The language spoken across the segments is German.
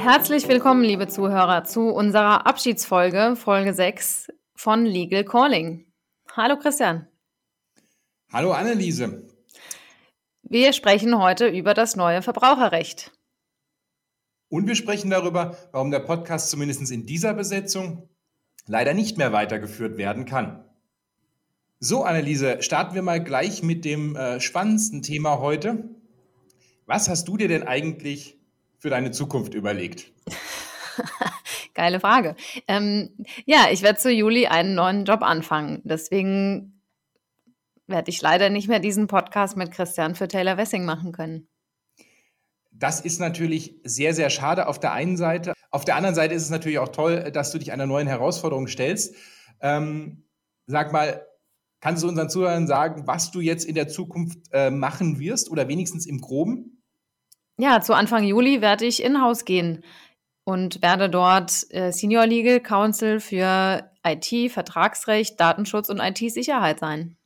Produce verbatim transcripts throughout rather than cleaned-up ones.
Herzlich willkommen, liebe Zuhörer, zu unserer Abschiedsfolge, Folge sechs von Legal Calling. Hallo Christian. Hallo Anneliese. Wir sprechen heute über das neue Verbraucherrecht. Und wir sprechen darüber, warum der Podcast zumindest in dieser Besetzung leider nicht mehr weitergeführt werden kann. So, Anneliese, starten wir mal gleich mit dem äh, spannendsten Thema heute. Was hast du dir denn eigentlich für deine Zukunft überlegt? Geile Frage. Ähm, ja, ich werde zu Juli einen neuen Job anfangen. Deswegen werde ich leider nicht mehr diesen Podcast mit Christian für Taylor Wessing machen können. Das ist natürlich sehr, sehr schade auf der einen Seite. Auf der anderen Seite ist es natürlich auch toll, dass du dich einer neuen Herausforderung stellst. Ähm, sag mal, kannst du unseren Zuhörern sagen, was du jetzt in der Zukunft äh, machen wirst oder wenigstens im Groben? Ja, zu Anfang Juli werde ich in-house gehen und werde dort äh, Senior Legal Counsel für I T, Vertragsrecht, Datenschutz und I T-Sicherheit sein.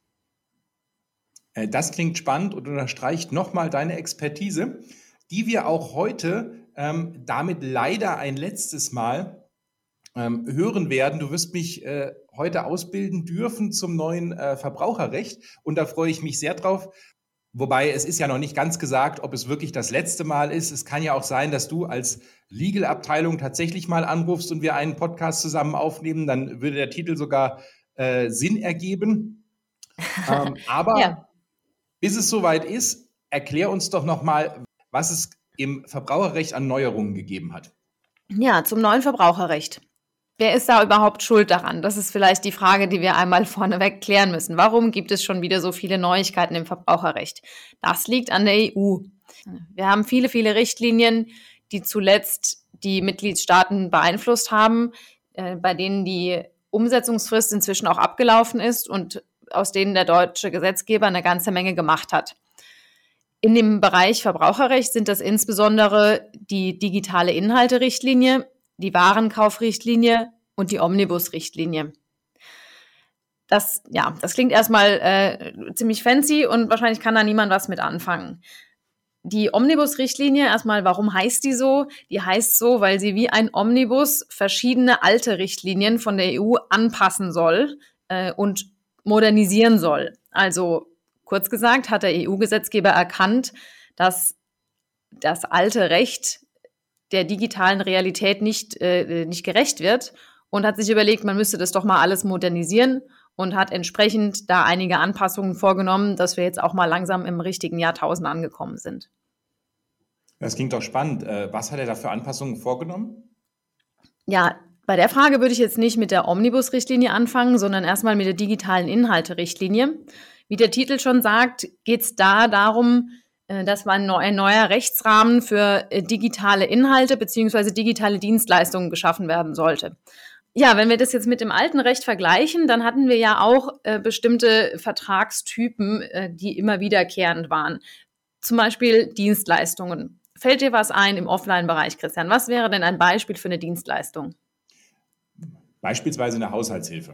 Äh, das klingt spannend und unterstreicht nochmal deine Expertise, die wir auch heute ähm, damit leider ein letztes Mal ähm, hören werden. Du wirst mich äh, heute ausbilden dürfen zum neuen äh, Verbraucherrecht und da freue ich mich sehr drauf. Wobei es ist ja noch nicht ganz gesagt, ob es wirklich das letzte Mal ist. Es kann ja auch sein, dass du als Legal-Abteilung tatsächlich mal anrufst und wir einen Podcast zusammen aufnehmen. Dann würde der Titel sogar äh, Sinn ergeben. ähm, aber ja. Bis es soweit ist, erklär uns doch nochmal, was es im Verbraucherrecht an Neuerungen gegeben hat. Ja, zum neuen Verbraucherrecht. Wer ist da überhaupt schuld daran? Das ist vielleicht die Frage, die wir einmal vorneweg klären müssen. Warum gibt es schon wieder so viele Neuigkeiten im Verbraucherrecht? Das liegt an der E U. Wir haben viele, viele Richtlinien, die zuletzt die Mitgliedstaaten beeinflusst haben, äh, bei denen die Umsetzungsfrist inzwischen auch abgelaufen ist und aus denen der deutsche Gesetzgeber eine ganze Menge gemacht hat. In dem Bereich Verbraucherrecht sind das insbesondere die digitale Inhalte-Richtlinie, die Warenkaufrichtlinie und die Omnibus-Richtlinie. Das, ja, das klingt erstmal äh, ziemlich fancy und wahrscheinlich kann da niemand was mit anfangen. Die Omnibus-Richtlinie, erstmal, warum heißt die so? Die heißt so, weil sie wie ein Omnibus verschiedene alte Richtlinien von der E U anpassen soll äh, und modernisieren soll. Also kurz gesagt hat der E U-Gesetzgeber erkannt, dass das alte Recht der digitalen Realität nicht, äh, nicht gerecht wird und hat sich überlegt, man müsste das doch mal alles modernisieren und hat entsprechend da einige Anpassungen vorgenommen, dass wir jetzt auch mal langsam im richtigen Jahrtausend angekommen sind. Das klingt doch spannend. Was hat er da für Anpassungen vorgenommen? Ja, bei der Frage würde ich jetzt nicht mit der Omnibus-Richtlinie anfangen, sondern erstmal mit der digitalen Inhalte-Richtlinie. Wie der Titel schon sagt, geht es da darum, dass ein neuer Rechtsrahmen für digitale Inhalte bzw. digitale Dienstleistungen geschaffen werden sollte. Ja, wenn wir das jetzt mit dem alten Recht vergleichen, dann hatten wir ja auch äh, bestimmte Vertragstypen, äh, die immer wiederkehrend waren. Zum Beispiel Dienstleistungen. Fällt dir was ein im Offline-Bereich, Christian? Was wäre denn ein Beispiel für eine Dienstleistung? Beispielsweise eine Haushaltshilfe.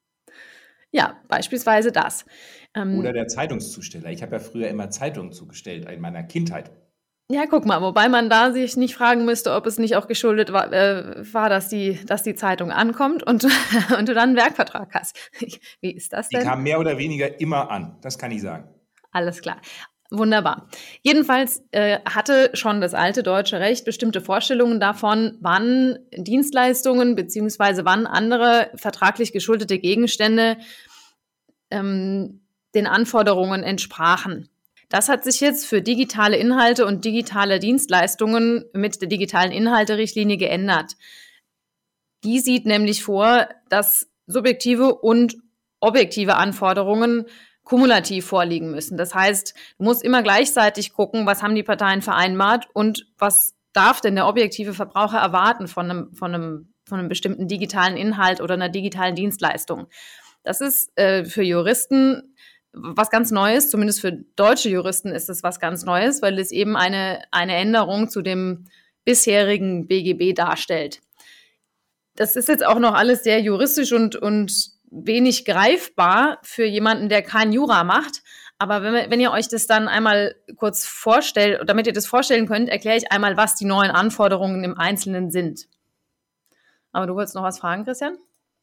Ja, beispielsweise das. Oder der Zeitungszusteller. Ich habe ja früher immer Zeitungen zugestellt in meiner Kindheit. Ja, guck mal, wobei man da sich nicht fragen müsste, ob es nicht auch geschuldet war, äh, war dass, die, dass die Zeitung ankommt und, und du dann einen Werkvertrag hast. Wie ist das denn? Die kam mehr oder weniger immer an, das kann ich sagen. Alles klar. Wunderbar. Jedenfalls äh, hatte schon das alte deutsche Recht bestimmte Vorstellungen davon, wann Dienstleistungen beziehungsweise wann andere vertraglich geschuldete Gegenstände ähm, den Anforderungen entsprachen. Das hat sich jetzt für digitale Inhalte und digitale Dienstleistungen mit der digitalen Inhalte-Richtlinie geändert. Die sieht nämlich vor, dass subjektive und objektive Anforderungen kumulativ vorliegen müssen. Das heißt, du musst immer gleichzeitig gucken, was haben die Parteien vereinbart und was darf denn der objektive Verbraucher erwarten von einem, von einem, von einem bestimmten digitalen Inhalt oder einer digitalen Dienstleistung. Das ist äh, für Juristen was ganz Neues, zumindest für deutsche Juristen ist es was ganz Neues, weil es eben eine, eine Änderung zu dem bisherigen B G B darstellt. Das ist jetzt auch noch alles sehr juristisch und, und wenig greifbar für jemanden, der kein Jura macht. Aber wenn, wir, wenn ihr euch das dann einmal kurz vorstellt, damit ihr das vorstellen könnt, erkläre ich einmal, was die neuen Anforderungen im Einzelnen sind. Aber du wolltest noch was fragen, Christian?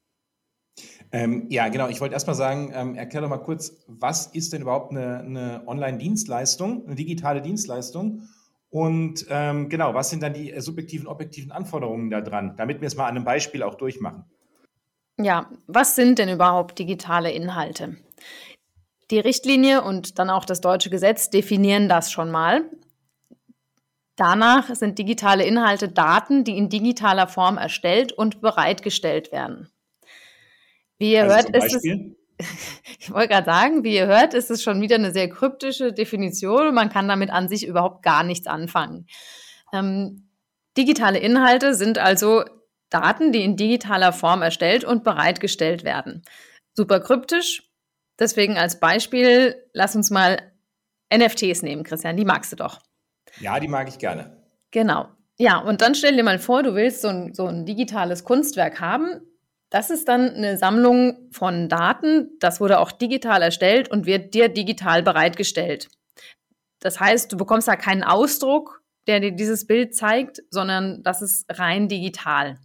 Ähm, ja, genau. Ich wollte erst mal sagen, ähm, erklär doch mal kurz, was ist denn überhaupt eine, eine Online-Dienstleistung, eine digitale Dienstleistung? Und ähm, genau, was sind dann die subjektiven, objektiven Anforderungen da dran, damit wir es mal an einem Beispiel auch durchmachen? Ja, was sind denn überhaupt digitale Inhalte? Die Richtlinie und dann auch das deutsche Gesetz definieren das schon mal. Danach sind digitale Inhalte Daten, die in digitaler Form erstellt und bereitgestellt werden. Wie ihr Also hört, zum ist es, Beispiel? ich wollte gerade sagen, wie ihr hört, ist es schon wieder eine sehr kryptische Definition und man kann damit an sich überhaupt gar nichts anfangen. Ähm, digitale Inhalte sind also Daten, die in digitaler Form erstellt und bereitgestellt werden. Super kryptisch. Deswegen als Beispiel, lass uns mal N F Ts nehmen, Christian, die magst du doch. Ja, die mag ich gerne. Genau. Ja, und dann stell dir mal vor, du willst so ein, so ein digitales Kunstwerk haben. Das ist dann eine Sammlung von Daten. Das wurde auch digital erstellt und wird dir digital bereitgestellt. Das heißt, du bekommst da keinen Ausdruck, der dir dieses Bild zeigt, sondern das ist rein digital.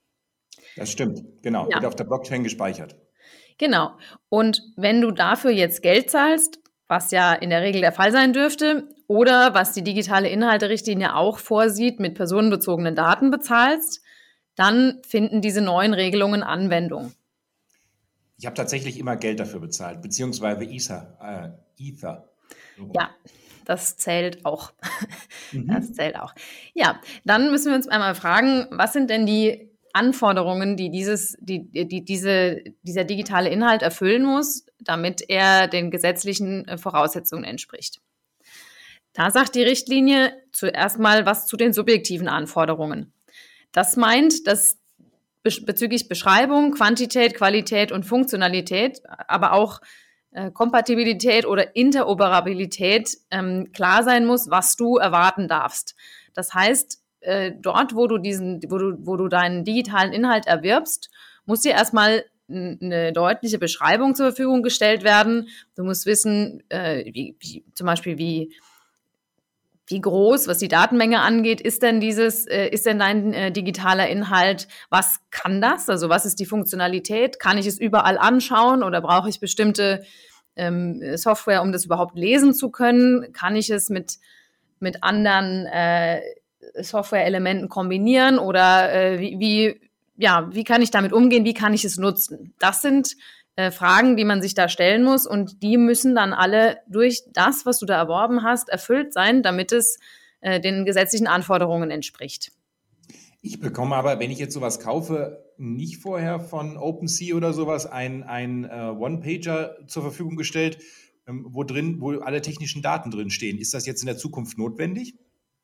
Das stimmt, genau. Ja. Wird auf der Blockchain gespeichert. Genau. Und wenn du dafür jetzt Geld zahlst, was ja in der Regel der Fall sein dürfte, oder was die digitale Inhalte-Richtlinie auch vorsieht, mit personenbezogenen Daten bezahlst, dann finden diese neuen Regelungen Anwendung. Ich habe tatsächlich immer Geld dafür bezahlt, beziehungsweise Ether. Äh, Ether. So. Ja, das zählt auch. Mhm. Das zählt auch. Ja, dann müssen wir uns einmal fragen, was sind denn die Anforderungen, die, dieses, die, die diese, dieser digitale Inhalt erfüllen muss, damit er den gesetzlichen Voraussetzungen entspricht. Da sagt die Richtlinie zuerst mal was zu den subjektiven Anforderungen. Das meint, dass bezüglich Beschreibung, Quantität, Qualität und Funktionalität, aber auch äh, Kompatibilität oder Interoperabilität ähm, klar sein muss, was du erwarten darfst. Das heißt, äh, dort, wo du diesen, wo du, wo du deinen digitalen Inhalt erwirbst, muss dir erstmal eine deutliche Beschreibung zur Verfügung gestellt werden. Du musst wissen, äh, wie, wie, zum Beispiel, wie Wie groß, was die Datenmenge angeht, ist denn dieses, äh, ist denn dein äh, digitaler Inhalt? Was kann das? Also was ist die Funktionalität? Kann ich es überall anschauen oder brauche ich bestimmte ähm, Software, um das überhaupt lesen zu können? Kann ich es mit mit anderen äh, Software-Elementen kombinieren oder äh, wie, wie ja wie kann ich damit umgehen? Wie kann ich es nutzen? Das sind Fragen, die man sich da stellen muss und die müssen dann alle durch das, was du da erworben hast, erfüllt sein, damit es äh, den gesetzlichen Anforderungen entspricht. Ich bekomme aber, wenn ich jetzt sowas kaufe, nicht vorher von OpenSea oder sowas ein, ein äh, One-Pager zur Verfügung gestellt, ähm, wo drin, wo alle technischen Daten drin stehen. Ist das jetzt in der Zukunft notwendig?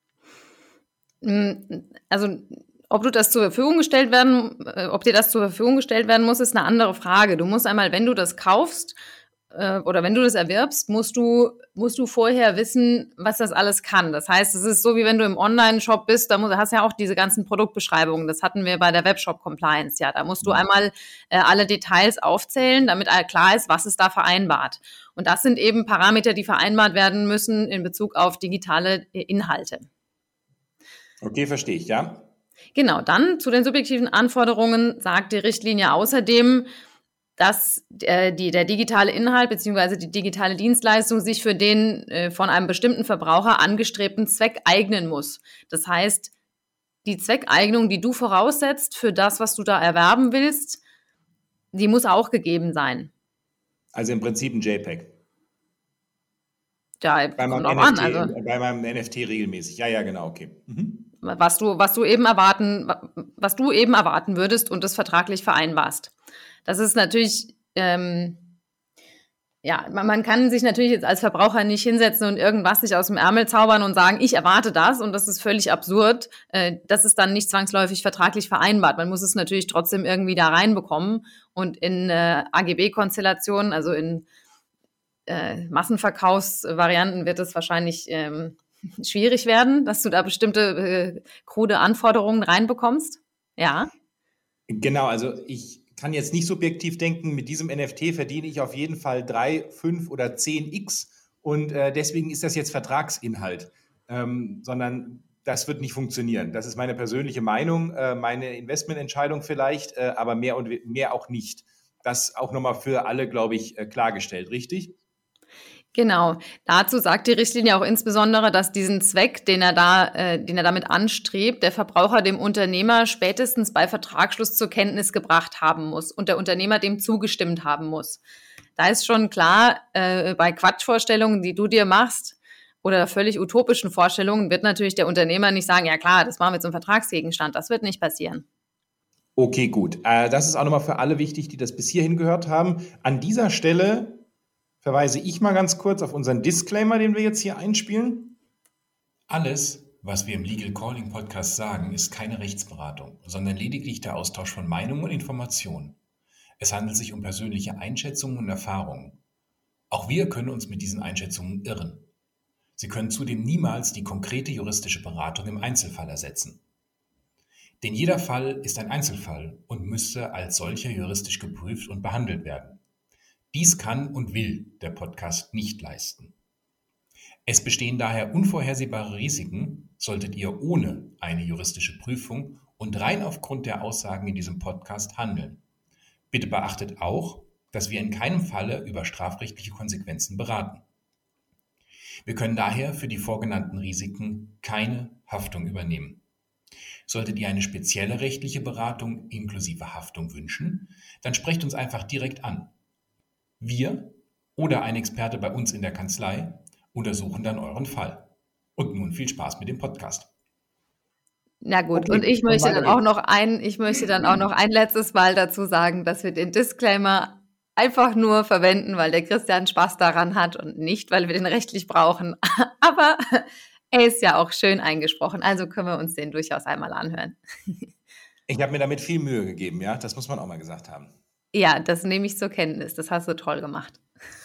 Also ob du das zur Verfügung gestellt werden, ob dir das zur Verfügung gestellt werden muss, ist eine andere Frage. Du musst einmal, wenn du das kaufst äh, oder wenn du das erwirbst, musst du musst du vorher wissen, was das alles kann. Das heißt, es ist so, wie wenn du im Online-Shop bist, da musst, hast du ja auch diese ganzen Produktbeschreibungen. Das hatten wir bei der Webshop-Compliance. Ja, da musst du einmal äh, alle Details aufzählen, damit klar ist, was ist da vereinbart. Und das sind eben Parameter, die vereinbart werden müssen in Bezug auf digitale Inhalte. Okay, verstehe ich, ja. Genau, dann zu den subjektiven Anforderungen sagt die Richtlinie außerdem, dass äh, die, der digitale Inhalt bzw. die digitale Dienstleistung sich für den äh, von einem bestimmten Verbraucher angestrebten Zweck eignen muss. Das heißt, die Zweckeignung, die du voraussetzt für das, was du da erwerben willst, die muss auch gegeben sein. Also im Prinzip ein JPEG. Ja, bei meinem, kommt N F T, an, also bei meinem N F T regelmäßig. Ja, ja, genau, okay. Mhm. Was du, was du eben erwarten, was du eben erwarten würdest und das vertraglich vereinbarst. Das ist natürlich, ähm, ja, man, man kann sich natürlich jetzt als Verbraucher nicht hinsetzen und irgendwas sich aus dem Ärmel zaubern und sagen, ich erwarte das und das ist völlig absurd. Äh, das ist dann nicht zwangsläufig vertraglich vereinbart. Man muss es natürlich trotzdem irgendwie da reinbekommen und in äh, A G B-Konstellationen, also in äh, Massenverkaufsvarianten wird es wahrscheinlich ähm, schwierig werden, dass du da bestimmte äh, krude Anforderungen reinbekommst? Ja. Genau, also ich kann jetzt nicht subjektiv denken, mit diesem N F T verdiene ich auf jeden Fall drei, fünf oder zehn x und äh, deswegen ist das jetzt Vertragsinhalt, ähm, sondern das wird nicht funktionieren. Das ist meine persönliche Meinung, äh, meine Investmententscheidung vielleicht, äh, aber mehr und mehr auch nicht. Das auch nochmal für alle, glaube ich, äh, klargestellt, richtig? Genau. Dazu sagt die Richtlinie auch insbesondere, dass diesen Zweck, den er da, äh, den er damit anstrebt, der Verbraucher dem Unternehmer spätestens bei Vertragsschluss zur Kenntnis gebracht haben muss und der Unternehmer dem zugestimmt haben muss. Da ist schon klar, äh, bei Quatschvorstellungen, die du dir machst, oder völlig utopischen Vorstellungen, wird natürlich der Unternehmer nicht sagen, ja klar, das machen wir zum Vertragsgegenstand. Das wird nicht passieren. Okay, gut. Äh, das ist auch nochmal für alle wichtig, die das bis hierhin gehört haben. An dieser Stelle verweise ich mal ganz kurz auf unseren Disclaimer, den wir jetzt hier einspielen. Alles, was wir im Legal Calling Podcast sagen, ist keine Rechtsberatung, sondern lediglich der Austausch von Meinungen und Informationen. Es handelt sich um persönliche Einschätzungen und Erfahrungen. Auch wir können uns mit diesen Einschätzungen irren. Sie können zudem niemals die konkrete juristische Beratung im Einzelfall ersetzen. Denn jeder Fall ist ein Einzelfall und müsste als solcher juristisch geprüft und behandelt werden. Dies kann und will der Podcast nicht leisten. Es bestehen daher unvorhersehbare Risiken, solltet ihr ohne eine juristische Prüfung und rein aufgrund der Aussagen in diesem Podcast handeln. Bitte beachtet auch, dass wir in keinem Falle über strafrechtliche Konsequenzen beraten. Wir können daher für die vorgenannten Risiken keine Haftung übernehmen. Solltet ihr eine spezielle rechtliche Beratung inklusive Haftung wünschen, dann sprecht uns einfach direkt an. Wir oder ein Experte bei uns in der Kanzlei untersuchen dann euren Fall. Und nun viel Spaß mit dem Podcast. Na gut, Okay, und ich dann möchte weiter dann auch geht's. noch ein, ich möchte dann auch noch ein letztes Mal dazu sagen, dass wir den Disclaimer einfach nur verwenden, weil der Christian Spaß daran hat und nicht, weil wir den rechtlich brauchen. Aber er ist ja auch schön eingesprochen, also können wir uns den durchaus einmal anhören. Ich habe mir damit viel Mühe gegeben, ja, das muss man auch mal gesagt haben. Ja, das nehme ich zur Kenntnis. Das hast du toll gemacht.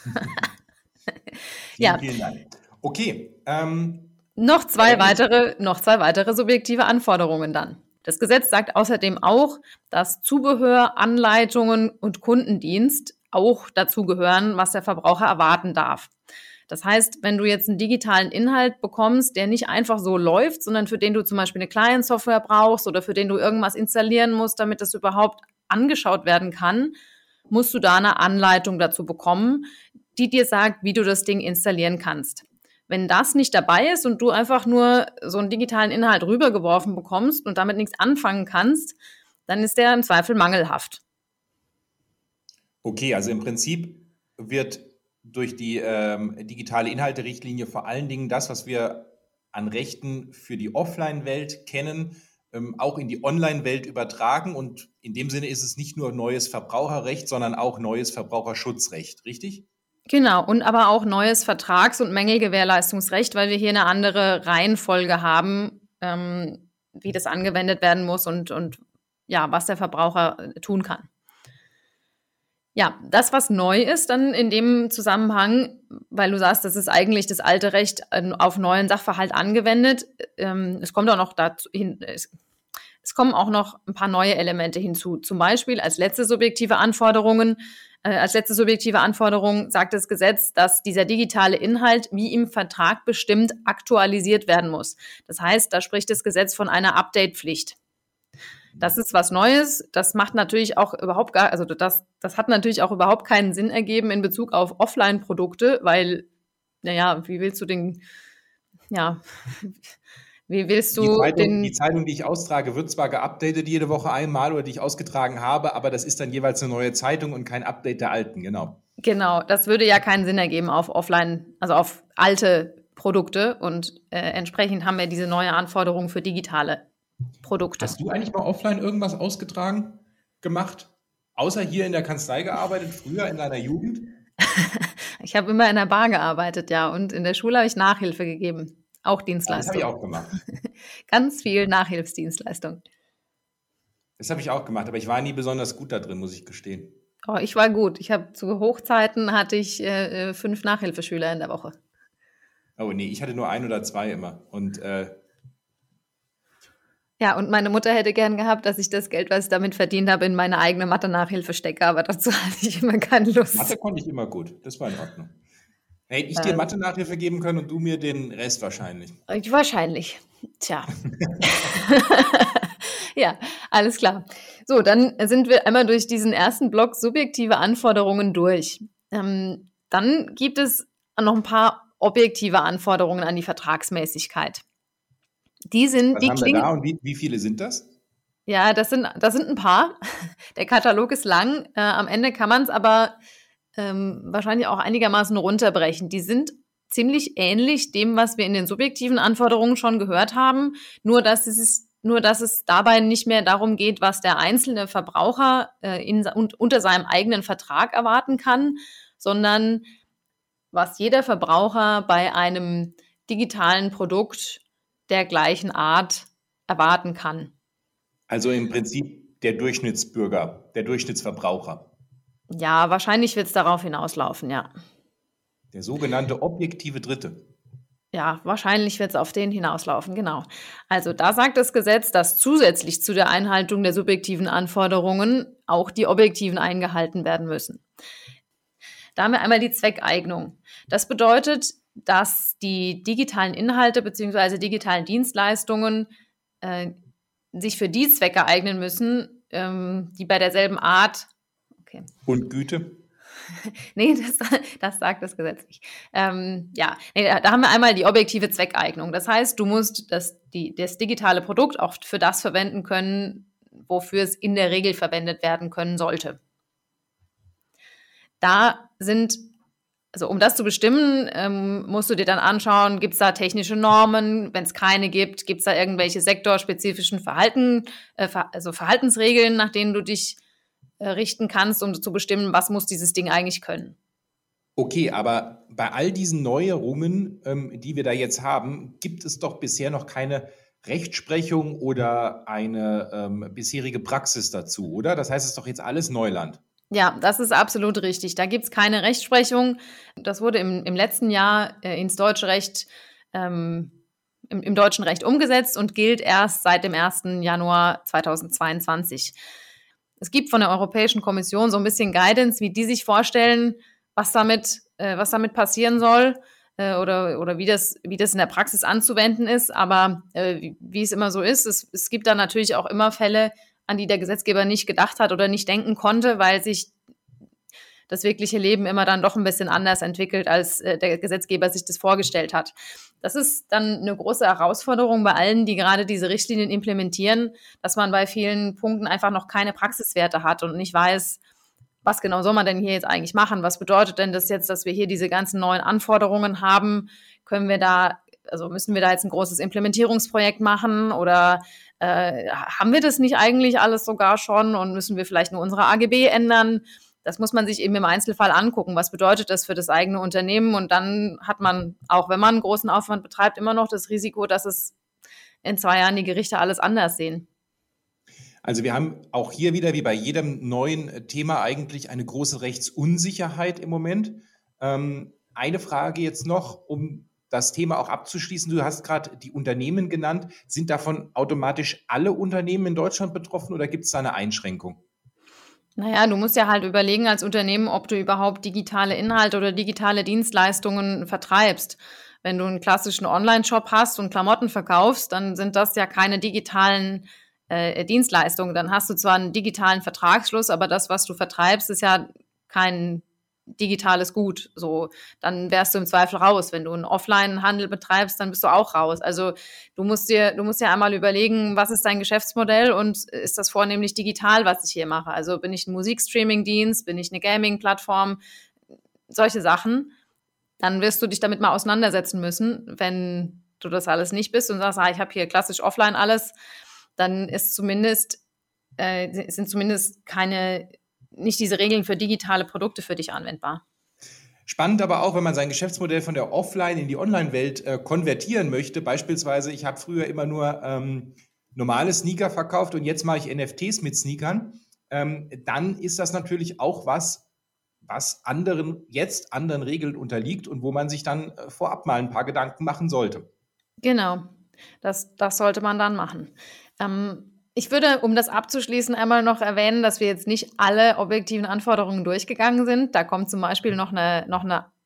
Vielen, Ja, vielen Dank. Okay, ähm, noch zwei Ähm, weitere, noch zwei weitere subjektive Anforderungen dann. Das Gesetz sagt außerdem auch, dass Zubehör, Anleitungen und Kundendienst auch dazu gehören, was der Verbraucher erwarten darf. Das heißt, wenn du jetzt einen digitalen Inhalt bekommst, der nicht einfach so läuft, sondern für den du zum Beispiel eine Client-Software brauchst oder für den du irgendwas installieren musst, damit das überhaupt angeschaut werden kann, musst du da eine Anleitung dazu bekommen, die dir sagt, wie du das Ding installieren kannst. Wenn das nicht dabei ist und du einfach nur so einen digitalen Inhalt rübergeworfen bekommst und damit nichts anfangen kannst, dann ist der im Zweifel mangelhaft. Okay, also im Prinzip wird durch die ähm, digitale Inhalte-Richtlinie vor allen Dingen das, was wir an Rechten für die Offline-Welt kennen, ähm, auch in die Online-Welt übertragen. Und in dem Sinne ist es nicht nur neues Verbraucherrecht, sondern auch neues Verbraucherschutzrecht, richtig? Genau, und aber auch neues Vertrags- und Mängelgewährleistungsrecht, weil wir hier eine andere Reihenfolge haben, ähm, wie das angewendet werden muss und, und ja, was der Verbraucher äh, tun kann. Ja, das, was neu ist, dann in dem Zusammenhang, weil du sagst, das ist eigentlich das alte Recht äh, auf neuen Sachverhalt angewendet. Ähm, es kommt auch noch dazu hin, es, es kommen auch noch ein paar neue Elemente hinzu. Zum Beispiel als letzte subjektive Anforderungen, äh, als letzte subjektive Anforderung sagt das Gesetz, dass dieser digitale Inhalt wie im Vertrag bestimmt aktualisiert werden muss. Das heißt, da spricht das Gesetz von einer Update-Pflicht. Das ist was Neues. Das macht natürlich auch überhaupt gar, also das, das hat natürlich auch überhaupt keinen Sinn ergeben in Bezug auf Offline-Produkte, weil, naja, wie willst du den, ja, wie willst Die du Zeitung, den, die Zeitung, die ich austrage, wird zwar geupdatet jede Woche einmal oder die ich ausgetragen habe, aber das ist dann jeweils eine neue Zeitung und kein Update der alten, genau. genau, das würde ja keinen Sinn ergeben auf Offline, also auf alte Produkte und äh, entsprechend haben wir diese neue Anforderung für digitale Produkte. Hast du eigentlich mal offline irgendwas ausgetragen, gemacht? Außer hier in der Kanzlei gearbeitet, früher in deiner Jugend? Ich habe immer in der Bar gearbeitet, ja, und in der Schule habe ich Nachhilfe gegeben. Auch Ja, das Dienstleistung. habe ich auch gemacht. Ganz viel Nachhilfsdienstleistung. Das habe ich auch gemacht, aber ich war nie besonders gut da drin, muss ich gestehen. Oh, ich war gut. Ich habe zu Hochzeiten hatte ich äh, fünf Nachhilfeschüler in der Woche. Oh nee, ich hatte nur ein oder zwei immer. Und äh, Ja, und meine Mutter hätte gern gehabt, dass ich das Geld, was ich damit verdient habe, in meine eigene Mathe-Nachhilfe stecke, aber dazu hatte ich immer keine Lust. Mathe konnte ich immer gut, das war in Ordnung. Hätte ich dir Mathe-Nachhilfe geben können und du mir den Rest wahrscheinlich. Wahrscheinlich. Tja. Ja, alles klar. So, dann sind wir einmal durch diesen ersten Block subjektive Anforderungen durch. Ähm, dann gibt es noch ein paar objektive Anforderungen an die Vertragsmäßigkeit. Die sind, Was die haben wir klingen, da und wie, wie viele sind das? ja, das sind, das sind ein paar. Der Katalog ist lang. Äh, am Ende kann man es aber ähm, wahrscheinlich auch einigermaßen runterbrechen. Die sind ziemlich ähnlich dem, was wir in den subjektiven Anforderungen schon gehört haben, nur dass es, nur dass es dabei nicht mehr darum geht, was der einzelne Verbraucher äh, in, un, unter seinem eigenen Vertrag erwarten kann, sondern was jeder Verbraucher bei einem digitalen Produkt der gleichen Art erwarten kann. Also im Prinzip der Durchschnittsbürger, der Durchschnittsverbraucher. Ja, wahrscheinlich wird es darauf hinauslaufen, ja. Der sogenannte objektive Dritte. Ja, wahrscheinlich wird es auf den hinauslaufen, genau. Also da sagt das Gesetz, dass zusätzlich zu der Einhaltung der subjektiven Anforderungen auch die objektiven eingehalten werden müssen. Da haben wir einmal die Zweckeignung. Das bedeutet, dass die digitalen Inhalte bzw. digitalen Dienstleistungen äh, sich für die Zwecke eignen müssen, ähm, die bei derselben Art. Okay. Und Güte? Nee, das, das sagt das Gesetz nicht. Ähm, ja, nee, da haben wir einmal die objektive Zweckeignung. Das heißt, du musst das, die, das digitale Produkt auch für das verwenden können, wofür es in der Regel verwendet werden können sollte. Da sind, also um das zu bestimmen, ähm, musst du dir dann anschauen, gibt es da technische Normen? Wenn es keine gibt, gibt es da irgendwelche sektorspezifischen Verhalten, äh, also Verhaltensregeln, nach denen du dich äh, richten kannst, um zu bestimmen, was muss dieses Ding eigentlich können? Okay, aber bei all diesen Neuerungen, ähm, die wir da jetzt haben, gibt es doch bisher noch keine Rechtsprechung oder eine ähm, bisherige Praxis dazu, oder? Das heißt, es ist doch jetzt alles Neuland. Ja, das ist absolut richtig. Da gibt es keine Rechtsprechung. Das wurde im, im letzten Jahr äh, ins deutsche Recht, ähm, im, im deutschen Recht umgesetzt und gilt erst seit dem ersten Januar zweitausendzweiundzwanzig. Es gibt von der Europäischen Kommission so ein bisschen Guidance, wie die sich vorstellen, was damit, äh, was damit passieren soll äh, oder, oder wie das, wie das in der Praxis anzuwenden ist. Aber äh, wie, wie es immer so ist, es, es gibt da natürlich auch immer Fälle, an die der Gesetzgeber nicht gedacht hat oder nicht denken konnte, weil sich das wirkliche Leben immer dann doch ein bisschen anders entwickelt, als äh, der Gesetzgeber sich das vorgestellt hat. Das ist dann eine große Herausforderung bei allen, die gerade diese Richtlinien implementieren, dass man bei vielen Punkten einfach noch keine Praxiswerte hat und nicht weiß, was genau soll man denn hier jetzt eigentlich machen? Was bedeutet denn das jetzt, dass wir hier diese ganzen neuen Anforderungen haben? Können wir da, also müssen wir da jetzt ein großes Implementierungsprojekt machen oder äh, haben wir das nicht eigentlich alles sogar schon und müssen wir vielleicht nur unsere A G B ändern? Das muss man sich eben im Einzelfall angucken. Was bedeutet das für das eigene Unternehmen? Und dann hat man, auch wenn man einen großen Aufwand betreibt, immer noch das Risiko, dass es in zwei Jahren die Gerichte alles anders sehen. Also wir haben auch hier wieder, wie bei jedem neuen Thema, eigentlich eine große Rechtsunsicherheit im Moment. Ähm, eine Frage jetzt noch, um das Thema auch abzuschließen. Du hast gerade die Unternehmen genannt. Sind davon automatisch alle Unternehmen in Deutschland betroffen oder gibt es da eine Einschränkung? Naja, du musst ja halt überlegen als Unternehmen, ob du überhaupt digitale Inhalte oder digitale Dienstleistungen vertreibst. Wenn du einen klassischen Online-Shop hast und Klamotten verkaufst, dann sind das ja keine digitalen äh, Dienstleistungen. Dann hast du zwar einen digitalen Vertragsschluss, aber das, was du vertreibst, ist ja kein digitales Gut. So, dann wärst du im Zweifel raus. Wenn du einen Offline-Handel betreibst, dann bist du auch raus. Also du musst dir, du musst ja einmal überlegen, was ist dein Geschäftsmodell und ist das vornehmlich digital, was ich hier mache? Also bin ich ein Musikstreaming-Dienst, bin ich eine Gaming-Plattform, solche Sachen. Dann wirst du dich damit mal auseinandersetzen müssen. Wenn du das alles nicht bist und sagst, ah, ich habe hier klassisch offline alles, dann ist zumindest, äh, sind zumindest keine nicht diese Regeln für digitale Produkte für dich anwendbar. Spannend aber auch, wenn man sein Geschäftsmodell von der Offline- in die Online-Welt äh, konvertieren möchte. Beispielsweise, ich habe früher immer nur ähm, normale Sneaker verkauft und jetzt mache ich N F Ts mit Sneakern. Ähm, dann ist das natürlich auch was, was anderen, jetzt anderen Regeln unterliegt und wo man sich dann äh, vorab mal ein paar Gedanken machen sollte. Genau, das, das sollte man dann machen. Ähm, Ich würde, um das abzuschließen, einmal noch erwähnen, dass wir jetzt nicht alle objektiven Anforderungen durchgegangen sind. Da kommt zum Beispiel noch eine, noch eine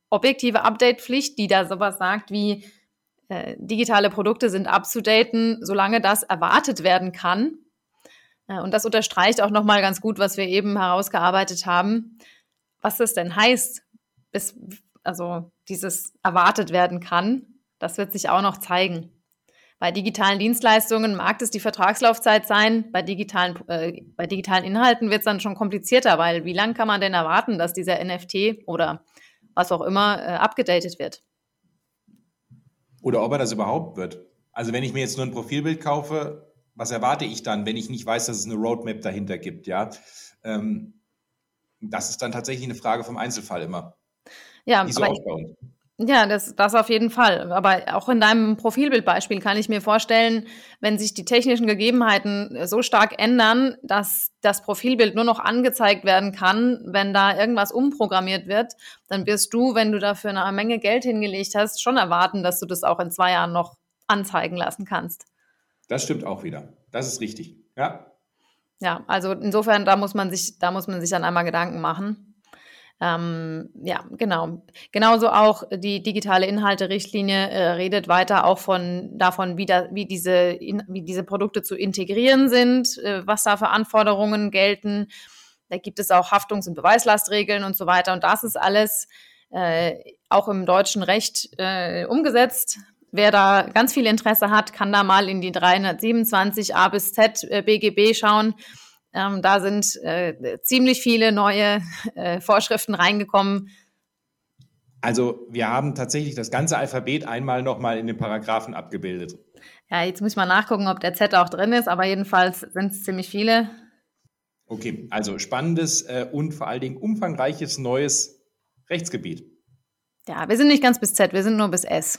objektive Update-Pflicht, die da sowas sagt wie äh, digitale Produkte sind abzudaten, solange das erwartet werden kann. Äh, und das unterstreicht auch nochmal ganz gut, was wir eben herausgearbeitet haben, was das denn heißt, bis, also dieses erwartet werden kann. Das wird sich auch noch zeigen. Bei digitalen Dienstleistungen mag es die Vertragslaufzeit sein, bei digitalen, äh, bei digitalen Inhalten wird es dann schon komplizierter, weil wie lange kann man denn erwarten, dass dieser N F T oder was auch immer äh, abgedatet wird? Oder ob er das überhaupt wird. Also wenn ich mir jetzt nur ein Profilbild kaufe, was erwarte ich dann, wenn ich nicht weiß, dass es eine Roadmap dahinter gibt? Ja, ähm, das ist dann tatsächlich eine Frage vom Einzelfall immer. Ja, Wie so aber oft bei uns. Ja, das, das auf jeden Fall. Aber auch in deinem Profilbildbeispiel kann ich mir vorstellen, wenn sich die technischen Gegebenheiten so stark ändern, dass das Profilbild nur noch angezeigt werden kann, wenn da irgendwas umprogrammiert wird, dann wirst du, wenn du dafür eine Menge Geld hingelegt hast, schon erwarten, dass du das auch in zwei Jahren noch anzeigen lassen kannst. Das stimmt auch wieder. Das ist richtig. Ja. Ja, also insofern, da muss man sich, da muss man sich dann einmal Gedanken machen. Ähm, ja, genau. Genauso auch die digitale Inhalte-Richtlinie äh, redet weiter auch von davon, wie, da, wie, diese, in, wie diese Produkte zu integrieren sind, äh, was da für Anforderungen gelten. Da gibt es auch Haftungs- und Beweislastregeln und so weiter. Und das ist alles äh, auch im deutschen Recht äh, umgesetzt. Wer da ganz viel Interesse hat, kann da mal in die dreihundertsiebenundzwanzig a bis z äh, B G B schauen. Ähm, da sind äh, ziemlich viele neue äh, Vorschriften reingekommen. Also wir haben tatsächlich das ganze Alphabet einmal nochmal in den Paragraphen abgebildet. Ja, jetzt muss ich mal nachgucken, ob der Z auch drin ist, aber jedenfalls sind es ziemlich viele. Okay, also spannendes äh, und vor allen Dingen umfangreiches neues Rechtsgebiet. Ja, wir sind nicht ganz bis Z, wir sind nur bis S.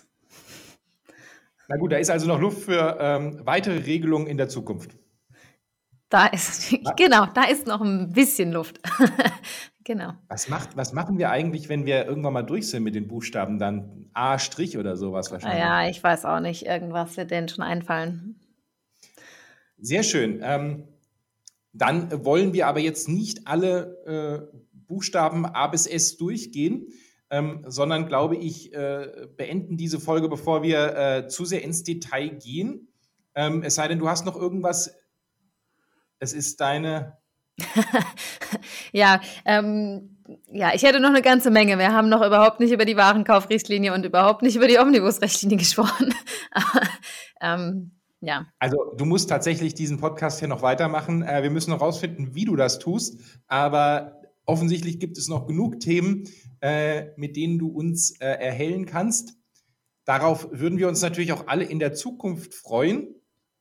Na gut, da ist also noch Luft für ähm, weitere Regelungen in der Zukunft. Da ist, genau, da ist noch ein bisschen Luft. Genau. Was, macht, was machen wir eigentlich, wenn wir irgendwann mal durch sind mit den Buchstaben? Dann A' oder sowas wahrscheinlich. Ja, ich weiß auch nicht. Irgendwas wird denen schon einfallen. Sehr schön. Ähm, dann wollen wir aber jetzt nicht alle äh, Buchstaben A bis S durchgehen, ähm, sondern, glaube ich, äh, beenden diese Folge, bevor wir äh, zu sehr ins Detail gehen. Ähm, es sei denn, du hast noch irgendwas. Es ist deine... ja, ähm, ja, ich hätte noch eine ganze Menge. Wir haben noch überhaupt nicht über die Warenkaufrichtlinie und überhaupt nicht über die Omnibusrichtlinie gesprochen. Aber, ähm, ja. Also du musst tatsächlich diesen Podcast hier noch weitermachen. Äh, wir müssen noch rausfinden, wie du das tust. Aber offensichtlich gibt es noch genug Themen, äh, mit denen du uns äh, erhellen kannst. Darauf würden wir uns natürlich auch alle in der Zukunft freuen.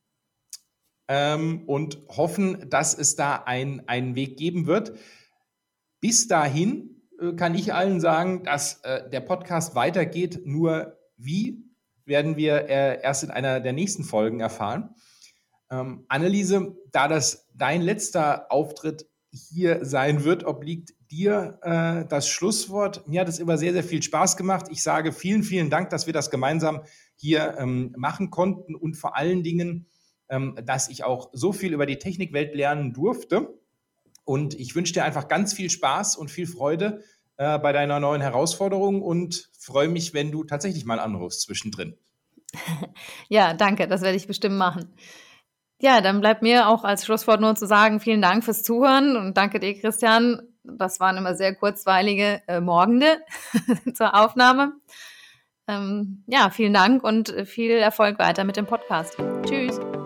Ähm, und hoffen, dass es da ein, einen Weg geben wird. Bis dahin äh, kann ich allen sagen, dass äh, der Podcast weitergeht. Nur wie, werden wir äh, erst in einer der nächsten Folgen erfahren. Ähm, Anneliese, da das dein letzter Auftritt hier sein wird, obliegt dir äh, das Schlusswort. Mir hat es immer sehr, sehr viel Spaß gemacht. Ich sage vielen, vielen Dank, dass wir das gemeinsam hier ähm, machen konnten und vor allen Dingen, dass ich auch so viel über die Technikwelt lernen durfte. Und ich wünsche dir einfach ganz viel Spaß und viel Freude äh, bei deiner neuen Herausforderung und freue mich, wenn du tatsächlich mal anrufst zwischendrin. Ja, danke, das werde ich bestimmt machen. Ja, dann bleibt mir auch als Schlusswort nur zu sagen, vielen Dank fürs Zuhören und danke dir, Christian. Das waren immer sehr kurzweilige äh, Morgende zur Aufnahme. Ähm, ja, vielen Dank und viel Erfolg weiter mit dem Podcast. Tschüss.